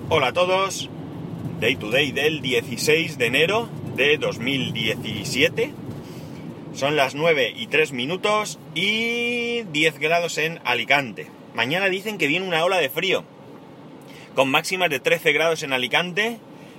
Hola a todos, Day to Day del 16 de enero de 2017. Son las 9:03 y 10 grados en Alicante. Mañana dicen que viene una ola de frío, con máximas de 13 grados en Alicante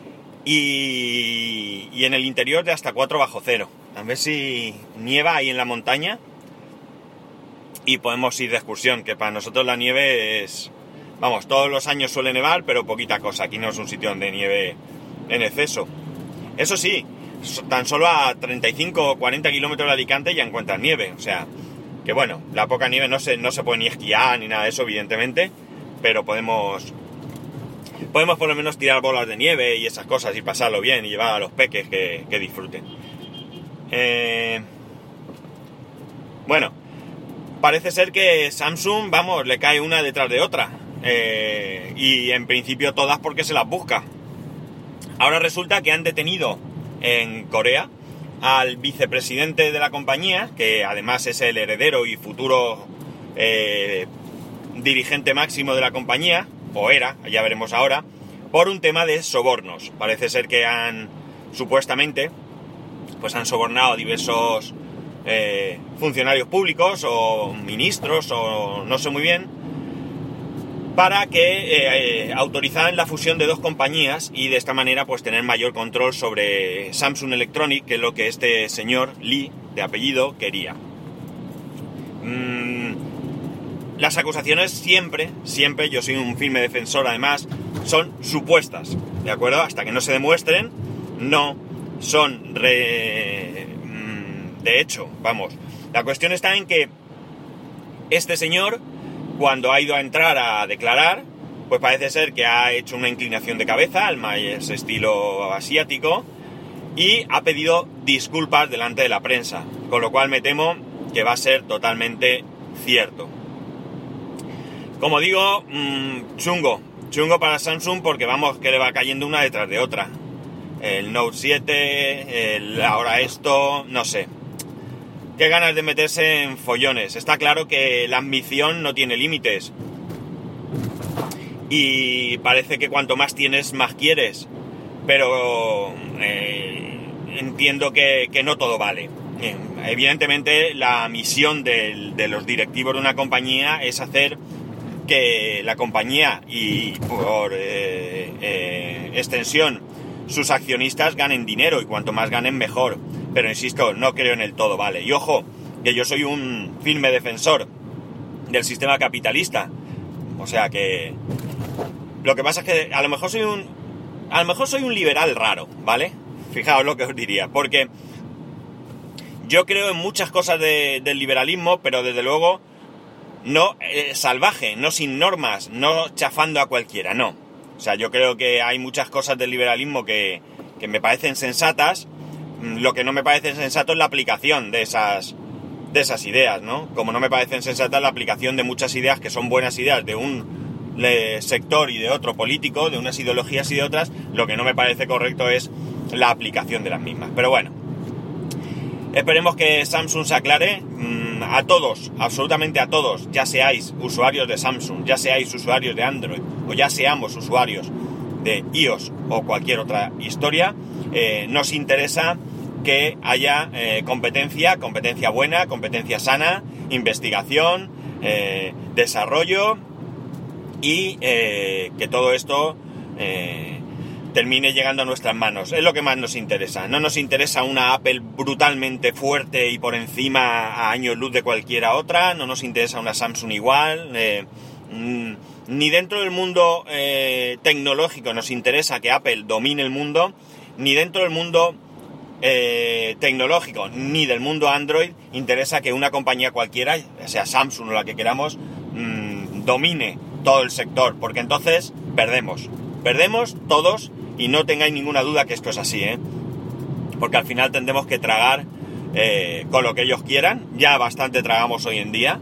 y en el interior de hasta 4 bajo cero. A ver si nieva ahí en la montaña y podemos ir de excursión, que para nosotros la nieve es... Vamos, todos los años suele nevar, pero poquita cosa. Aquí no es un sitio donde nieve en exceso. Eso sí, tan solo a 35 o 40 kilómetros de Alicante ya encuentras nieve. O sea, que bueno, la poca nieve no se puede ni esquiar ni nada de eso, evidentemente. Pero podemos por lo menos tirar bolas de nieve y esas cosas y pasarlo bien y llevar a los peques que disfruten. Bueno, parece ser que Samsung, vamos, le cae una detrás de otra. Y en principio todas porque se las busca. Ahora resulta que han detenido en Corea al vicepresidente de la compañía, que además es el heredero y futuro dirigente máximo de la compañía, o era, ya veremos ahora, por un tema de sobornos. Parece ser que supuestamente han sobornado a diversos funcionarios públicos o ministros o no sé muy bien, para que autorizaran la fusión de dos compañías y de esta manera pues tener mayor control sobre Samsung Electronics, que es lo que este señor Lee, de apellido, quería. Las acusaciones siempre, yo soy un firme defensor además, son supuestas, ¿de acuerdo? Hasta que no se demuestren, no son de hecho, vamos. La cuestión está en que este señor, cuando ha ido a entrar a declarar, pues parece ser que ha hecho una inclinación de cabeza, al más estilo asiático, y ha pedido disculpas delante de la prensa, con lo cual me temo que va a ser totalmente cierto. Como digo, chungo para Samsung, porque vamos, que le va cayendo una detrás de otra. El Note 7, ahora esto, no sé. Qué ganas de meterse en follones. Está claro que la ambición no tiene límites. Y parece que cuanto más tienes, más quieres. Pero entiendo que no todo vale. Evidentemente, la misión de los directivos de una compañía es hacer que la compañía y por extensión sus accionistas ganen dinero, y cuanto más ganen mejor. Pero insisto, no creo en el todo vale. Y ojo, que yo soy un firme defensor del sistema capitalista. O sea que... Lo que pasa es que a lo mejor soy un liberal raro, ¿vale? Fijaos lo que os diría. Porque yo creo en muchas cosas del liberalismo, pero desde luego no salvaje, no sin normas, no chafando a cualquiera, no. O sea, yo creo que hay muchas cosas del liberalismo que me parecen sensatas. Lo que no me parece sensato es la aplicación de esas ideas, ¿no? Como no me parecen sensatas la aplicación de muchas ideas que son buenas ideas de un sector y de otro político, de unas ideologías y de otras, lo que no me parece correcto es la aplicación de las mismas. Pero bueno, esperemos que Samsung se aclare. A todos, absolutamente a todos, ya seáis usuarios de Samsung, ya seáis usuarios de Android o ya seamos usuarios de iOS o cualquier otra historia, nos interesa que haya competencia buena, competencia sana, investigación, desarrollo y que todo esto termine llegando a nuestras manos. Es lo que más nos interesa. No nos interesa una Apple brutalmente fuerte y por encima a años luz de cualquiera otra. No nos interesa una Samsung igual. Ni dentro del mundo tecnológico nos interesa que Apple domine el mundo, ni dentro del mundo tecnológico, ni del mundo Android interesa que una compañía cualquiera, sea Samsung o la que queramos, domine todo el sector, porque entonces perdemos todos, y no tengáis ninguna duda que esto es así, porque al final tendremos que tragar con lo que ellos quieran. Ya bastante tragamos hoy en día,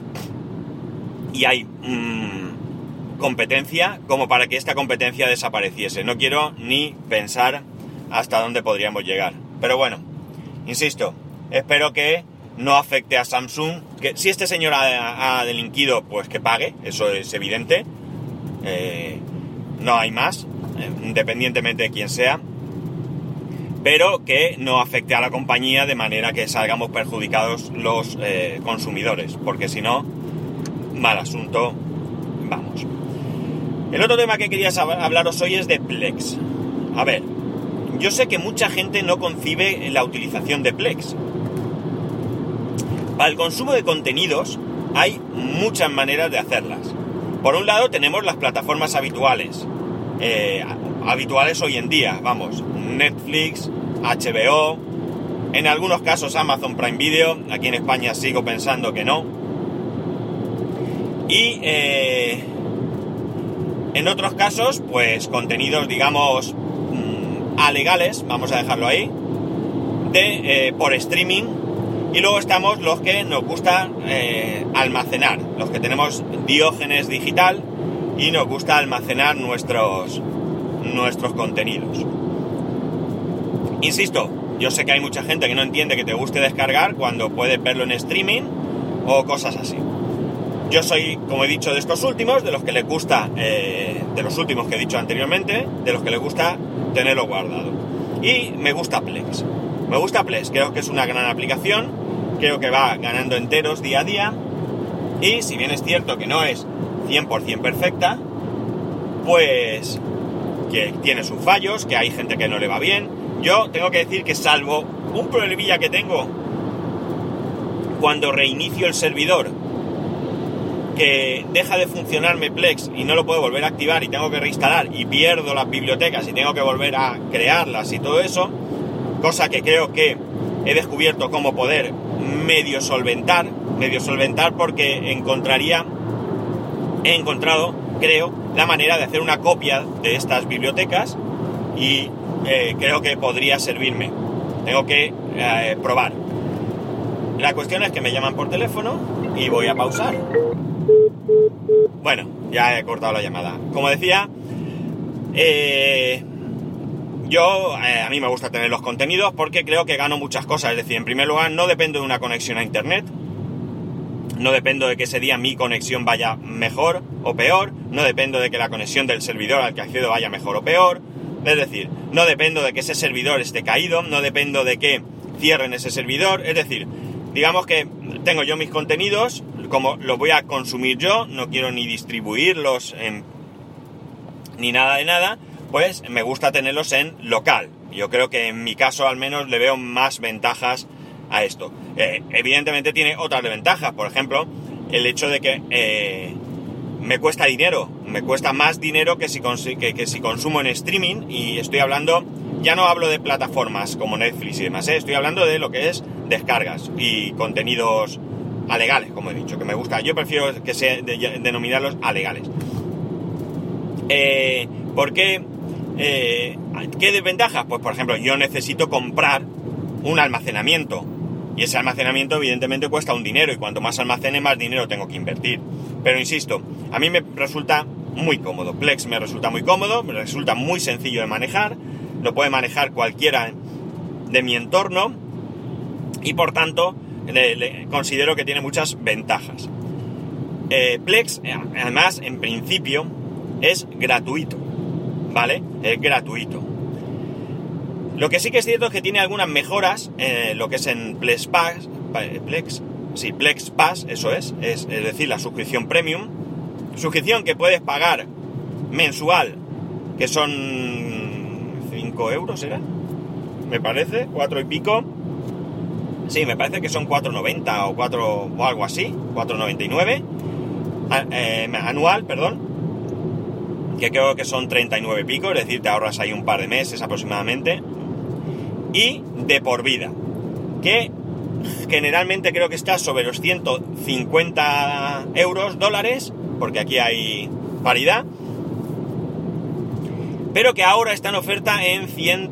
y hay competencia como para que esta competencia desapareciese. No quiero ni pensar hasta dónde podríamos llegar. Pero bueno, insisto, espero que no afecte a Samsung. Que si este señor ha delinquido, pues que pague, eso es evidente. no hay más, independientemente de quién sea, pero que no afecte a la compañía de manera que salgamos perjudicados los consumidores, porque si no, mal asunto, vamos. El otro tema que quería hablaros hoy es de Plex. A ver, yo sé que mucha gente no concibe la utilización de Plex. Para el consumo de contenidos hay muchas maneras de hacerlas. Por un lado tenemos las plataformas habituales hoy en día, vamos, Netflix, HBO, en algunos casos Amazon Prime Video, aquí en España sigo pensando que no, y en otros casos, pues contenidos, digamos, alegales, vamos a dejarlo ahí, por streaming. Y luego estamos los que nos gusta almacenar, los que tenemos Diógenes digital y nos gusta almacenar nuestros contenidos. Insisto, yo sé que hay mucha gente que no entiende que te guste descargar cuando puedes verlo en streaming o cosas así. Yo soy, como he dicho, de estos últimos, de los que les gusta, de los últimos que he dicho anteriormente, de los que les gusta tenerlo guardado. Y me gusta Plex. Me gusta Plex, creo que es una gran aplicación, creo que va ganando enteros día a día, y si bien es cierto que no es 100% perfecta, pues que tiene sus fallos, que hay gente que no le va bien. Yo tengo que decir que salvo un problemilla que tengo cuando reinicio el servidor, que deja de funcionarme Plex y no lo puedo volver a activar y tengo que reinstalar y pierdo las bibliotecas y tengo que volver a crearlas y todo eso, cosa que creo que he descubierto cómo poder medio solventar porque he encontrado, creo, la manera de hacer una copia de estas bibliotecas y creo que podría servirme. Tengo que probar. La cuestión es que me llaman por teléfono y voy a pausar. Bueno, ya he cortado la llamada. Como decía, a mí me gusta tener los contenidos porque creo que gano muchas cosas. Es decir, en primer lugar, no dependo de una conexión a internet, no dependo de que ese día mi conexión vaya mejor o peor, no dependo de que la conexión del servidor al que accedo vaya mejor o peor, es decir, no dependo de que ese servidor esté caído, no dependo de que cierren ese servidor, es decir, digamos que tengo yo mis contenidos, como los voy a consumir yo, no quiero ni distribuirlos ni nada de nada, pues me gusta tenerlos en local. Yo creo que en mi caso al menos le veo más ventajas a esto. Evidentemente tiene otras ventajas, por ejemplo, el hecho de que me cuesta dinero, me cuesta más dinero que si consumo en streaming, y estoy hablando, ya no hablo de plataformas como Netflix y demás, estoy hablando de lo que es descargas y contenidos alegales, como he dicho, que me gusta. Yo prefiero que denominarlos alegales. ¿Por qué? ¿Qué desventajas? Pues por ejemplo, yo necesito comprar un almacenamiento y ese almacenamiento evidentemente cuesta un dinero, y cuanto más almacene más dinero tengo que invertir. Pero insisto, a mí me resulta muy cómodo. Plex me resulta muy cómodo, me resulta muy sencillo de manejar, lo puede manejar cualquiera de mi entorno y por tanto considero que tiene muchas ventajas. Plex, además, en principio es gratuito, ¿vale? Es gratuito. Lo que sí que es cierto es que tiene algunas mejoras, lo que es en Plex Pass, Plex Pass, eso es decir, la suscripción premium, suscripción que puedes pagar mensual, que son 5 euros, ¿era? Me parece, 4 y pico. Sí, me parece que son 4,90 o algo así, 4,99 anual, perdón, que creo que son 39 y pico, es decir, te ahorras ahí un par de meses aproximadamente, y de por vida, que generalmente creo que está sobre los 150 euros, dólares, porque aquí hay paridad, pero que ahora está en oferta en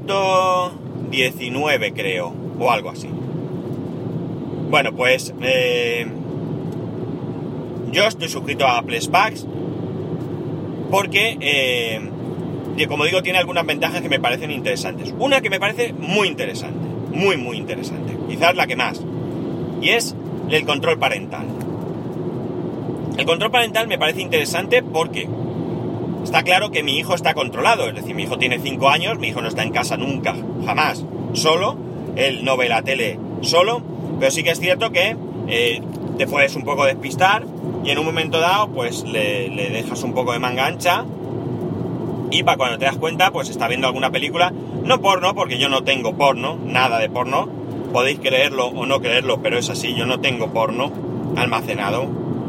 119, creo, o algo así. Bueno, pues yo estoy suscrito a Plex Pass porque, como digo, tiene algunas ventajas que me parecen interesantes. Una que me parece muy interesante, muy muy interesante, quizás la que más, y es el control parental. El control parental me parece interesante porque Está claro que mi hijo está controlado, es decir, mi hijo tiene 5 años, mi hijo no está en casa nunca, jamás, solo, él no ve la tele solo, pero sí que es cierto que te puedes un poco despistar y en un momento dado pues le dejas un poco de manga ancha y para cuando te das cuenta pues está viendo alguna película, no porno, porque yo no tengo porno, nada de porno, podéis creerlo o no creerlo, pero es así, yo no tengo porno almacenado,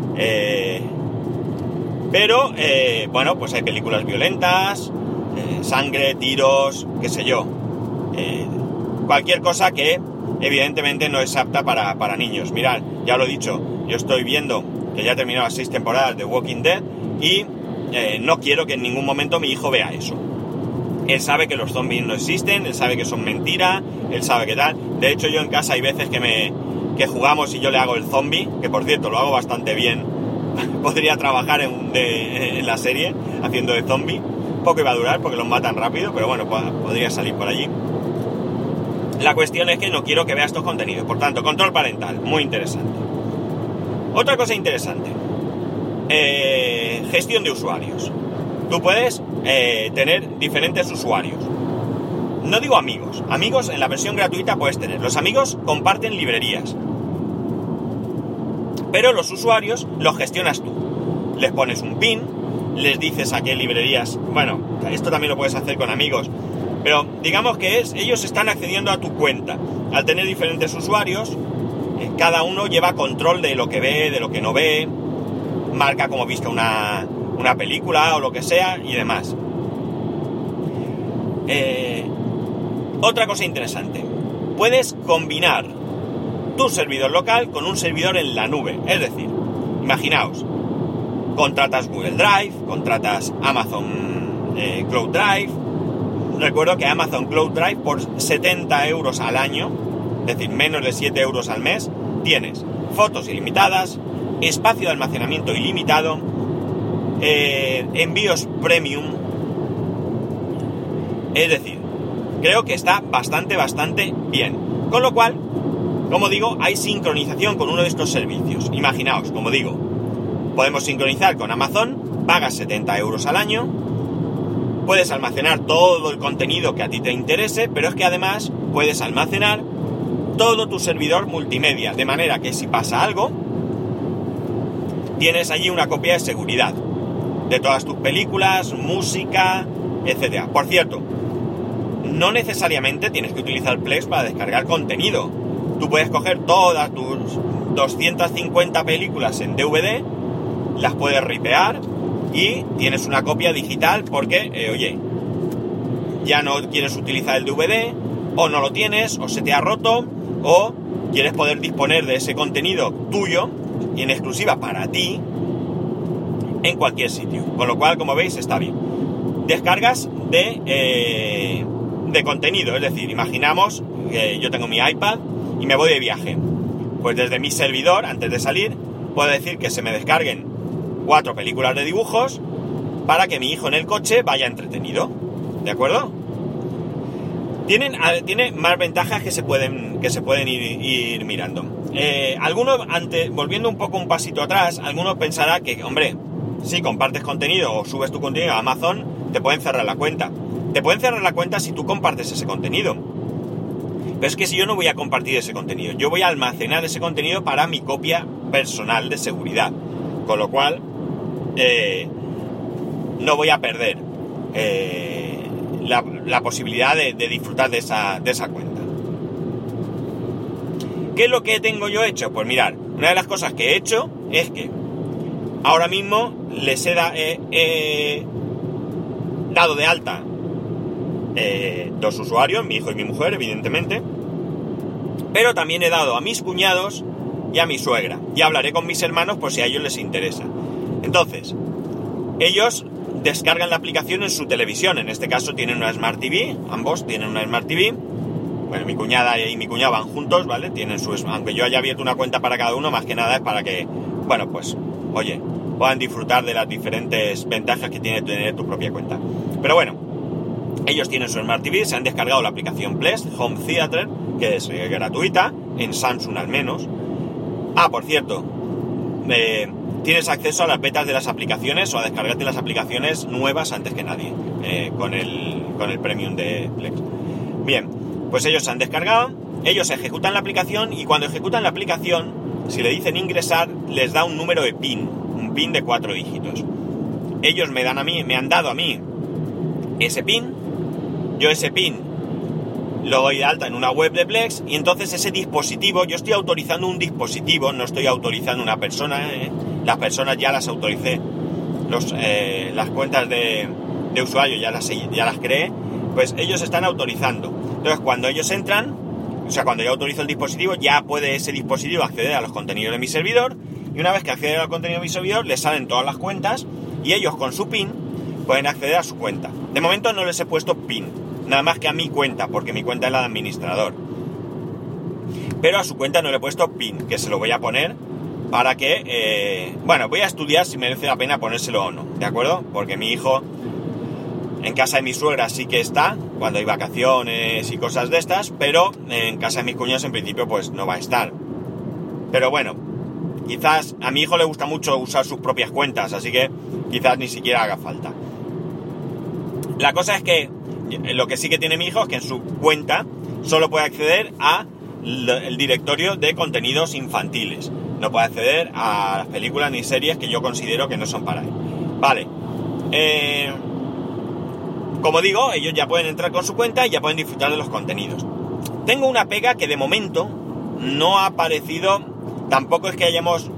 pero bueno, pues hay películas violentas, sangre, tiros, qué sé yo, cualquier cosa que evidentemente no es apta para niños. Mirad, ya lo he dicho, yo estoy viendo que ya he terminado las 6 temporadas de Walking Dead y no quiero que en ningún momento mi hijo vea eso. Él sabe que los zombies no existen, él sabe que son mentira, él sabe que tal. De hecho, yo en casa hay veces que jugamos y yo le hago el zombie, que por cierto lo hago bastante bien. Podría trabajar en la serie haciendo de zombie. Poco iba a durar porque los matan rápido, pero bueno, podría salir por allí. La cuestión es que no quiero que vea estos contenidos. Por tanto, control parental, muy interesante. Otra cosa interesante, gestión de usuarios. Tú puedes tener diferentes usuarios. No digo amigos. Amigos en la versión gratuita puedes tener. Los amigos comparten librerías. Pero los usuarios los gestionas tú. Les pones un pin, les dices a qué librerías... Bueno, esto también lo puedes hacer con amigos. Pero digamos que ellos están accediendo a tu cuenta. Al tener diferentes usuarios, cada uno lleva control de lo que ve, de lo que no ve, marca como viste una película o lo que sea y demás. Otra cosa interesante, puedes combinar tu servidor local con un servidor en la nube. Es decir, imaginaos, contratas Google Drive, contratas Amazon Cloud Drive. Recuerdo que Amazon Cloud Drive por 70 euros al año, es decir, menos de 7 euros al mes, tienes fotos ilimitadas, espacio de almacenamiento ilimitado, envíos premium. Es decir, creo que está bastante bien. Con lo cual, como digo, hay sincronización con uno de estos servicios. Imaginaos, como digo, podemos sincronizar con Amazon, pagas 70 euros al año, puedes almacenar todo el contenido que a ti te interese, pero es que además puedes almacenar todo tu servidor multimedia, de manera que si pasa algo, tienes allí una copia de seguridad de todas tus películas, música, etcétera. Por cierto, no necesariamente tienes que utilizar Plex para descargar contenido. Tú puedes coger todas tus 250 películas en DVD, las puedes ripear y tienes una copia digital porque, oye, ya no quieres utilizar el DVD, o no lo tienes, o se te ha roto, o quieres poder disponer de ese contenido tuyo y en exclusiva para ti en cualquier sitio. Con lo cual, como veis, está bien. Descargas de contenido, es decir, imaginamos que yo tengo mi iPad y me voy de viaje. Pues desde mi servidor, antes de salir, puedo decir que se me descarguen 4 películas de dibujos para que mi hijo en el coche vaya entretenido. ¿De acuerdo? Tiene más ventajas que se pueden ir mirando. Volviendo un pasito atrás, algunos pensará que, hombre, si compartes contenido o subes tu contenido a Amazon, te pueden cerrar la cuenta. Te pueden cerrar la cuenta si tú compartes ese contenido. Pero es que si yo no voy a compartir ese contenido, yo voy a almacenar ese contenido para mi copia personal de seguridad. Con lo cual, no voy a perder la posibilidad de disfrutar de esa cuenta. ¿Qué es lo que tengo yo hecho? Pues mirad, una de las cosas que he hecho es que ahora mismo les he dado de alta 2 usuarios, mi hijo y mi mujer, evidentemente, pero también he dado a mis cuñados y a mi suegra, y hablaré con mis hermanos por si a ellos les interesa. Entonces, ellos descargan la aplicación en su televisión, en este caso tienen una Smart TV, ambos tienen una Smart TV. Bueno, mi cuñada y mi cuñado van juntos, ¿vale? Tienen aunque yo haya abierto una cuenta para cada uno, más que nada es para que, bueno, pues, oye, puedan disfrutar de las diferentes ventajas que tiene tener tu propia cuenta. Pero bueno, ellos tienen su Smart TV, se han descargado la aplicación Plex Home Theater, que es gratuita, en Samsung al menos. Ah, por cierto, tienes acceso a las betas de las aplicaciones o a descargarte las aplicaciones nuevas antes que nadie, con el Premium de Plex. Bien, pues ellos se han descargado, ellos ejecutan la aplicación y cuando ejecutan la aplicación, si le dicen ingresar, les da un número de PIN, un PIN de 4 dígitos. Ellos me han dado a mí ese PIN, yo ese PIN lo doy de alta en una web de Plex y entonces ese dispositivo, yo estoy autorizando un dispositivo, no estoy autorizando una persona, las personas ya las autoricé, las cuentas de usuario ya las creé, pues ellos están autorizando. Entonces cuando ellos entran, o sea, cuando yo autorizo el dispositivo, ya puede ese dispositivo acceder a los contenidos de mi servidor y una vez que accede al contenido de mi servidor, les salen todas las cuentas y ellos con su PIN pueden acceder a su cuenta. De momento no les he puesto PIN, nada más que a mi cuenta, porque mi cuenta es la de administrador. Pero a su cuenta no le he puesto PIN, que se lo voy a poner para que... voy a estudiar si merece la pena ponérselo o no, ¿de acuerdo? Porque mi hijo en casa de mi suegra sí que está, cuando hay vacaciones y cosas de estas, pero en casa de mis cuñados en principio pues no va a estar. Pero bueno, quizás a mi hijo le gusta mucho usar sus propias cuentas, así que quizás ni siquiera haga falta. La cosa es que lo que sí que tiene mi hijo es que en su cuenta solo puede acceder a el directorio de contenidos infantiles. No puede acceder a las películas ni series que yo considero que no son para él. Vale. Como digo, ellos ya pueden entrar con su cuenta y ya pueden disfrutar de los contenidos. Tengo una pega que de momento no ha aparecido. Tampoco es que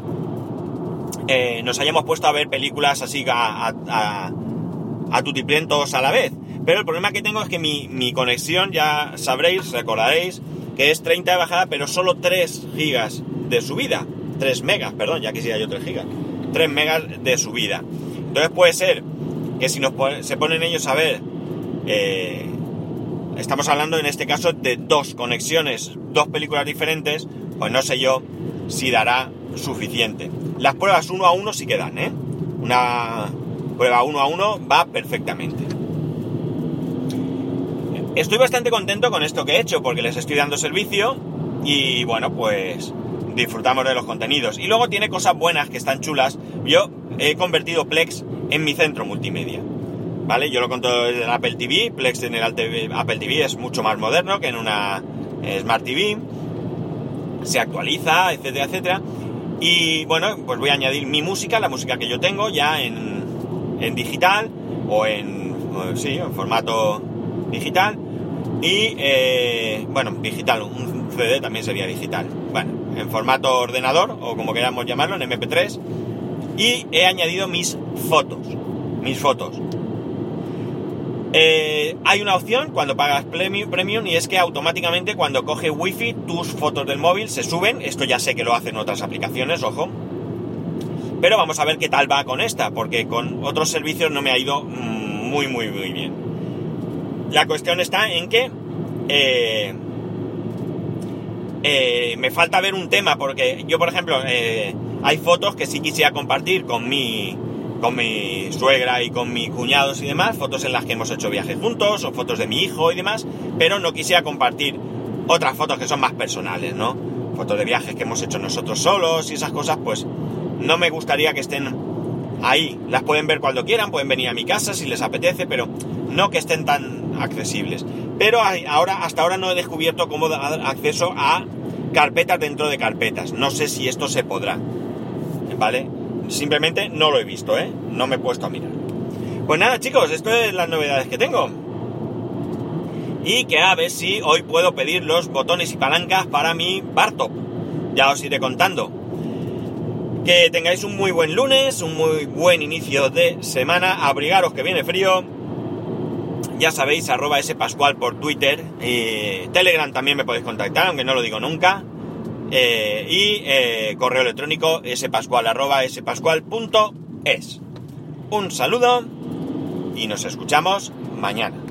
nos hayamos puesto a ver películas así a tutiplientos a la vez. Pero el problema que tengo es que mi conexión, ya sabréis, recordaréis, que es 30 de bajada, pero solo 3 gigas de subida. 3 megas, perdón, ya quisiera yo 3 gigas. 3 megas de subida. Entonces puede ser que si se ponen ellos a ver, estamos hablando en este caso de 2 conexiones, 2 películas diferentes, pues no sé yo si dará suficiente. Las pruebas 1 a 1 sí que dan, una prueba 1 a 1 va perfectamente. Estoy bastante contento con esto que he hecho porque les estoy dando servicio y bueno, pues disfrutamos de los contenidos. Y luego tiene cosas buenas que están chulas. Yo he convertido Plex en mi centro multimedia, ¿vale? Yo lo conto desde el Apple TV. Plex en el Apple TV es mucho más moderno que en una Smart TV. Se actualiza, etcétera, etcétera. Y bueno, pues voy a añadir mi música, la música que yo tengo ya en digital o en formato digital. Y digital, un CD también sería digital. Bueno, en formato ordenador o como queramos llamarlo, en MP3. Y he añadido mis fotos. Hay una opción cuando pagas Premium y es que automáticamente cuando coge Wi-Fi tus fotos del móvil se suben. Esto ya sé que lo hacen otras aplicaciones, ojo. Pero vamos a ver qué tal va con esta, porque con otros servicios no me ha ido muy bien. La cuestión está en que me falta ver un tema, porque yo, por ejemplo, hay fotos que sí quisiera compartir con mi suegra y con mis cuñados y demás, fotos en las que hemos hecho viajes juntos, o fotos de mi hijo y demás, pero no quisiera compartir otras fotos que son más personales, ¿no? Fotos de viajes que hemos hecho nosotros solos y esas cosas, pues no me gustaría que estén ahí. Las pueden ver cuando quieran, pueden venir a mi casa si les apetece, pero no que estén tan accesibles. Pero hasta ahora no he descubierto cómo dar acceso a carpetas dentro de carpetas. No sé si esto se podrá, ¿vale? Simplemente no lo he visto, no me he puesto a mirar. Pues nada, chicos, esto es las novedades que tengo. Y que a ver si hoy puedo pedir los botones y palancas para mi Bartop. Ya os iré contando. Que tengáis un muy buen lunes, un muy buen inicio de semana. Abrigaros que viene frío. Ya sabéis, @spascual por Twitter. Telegram también me podéis contactar, aunque no lo digo nunca. Correo electrónico spascual@spascual.es. Un saludo y nos escuchamos mañana.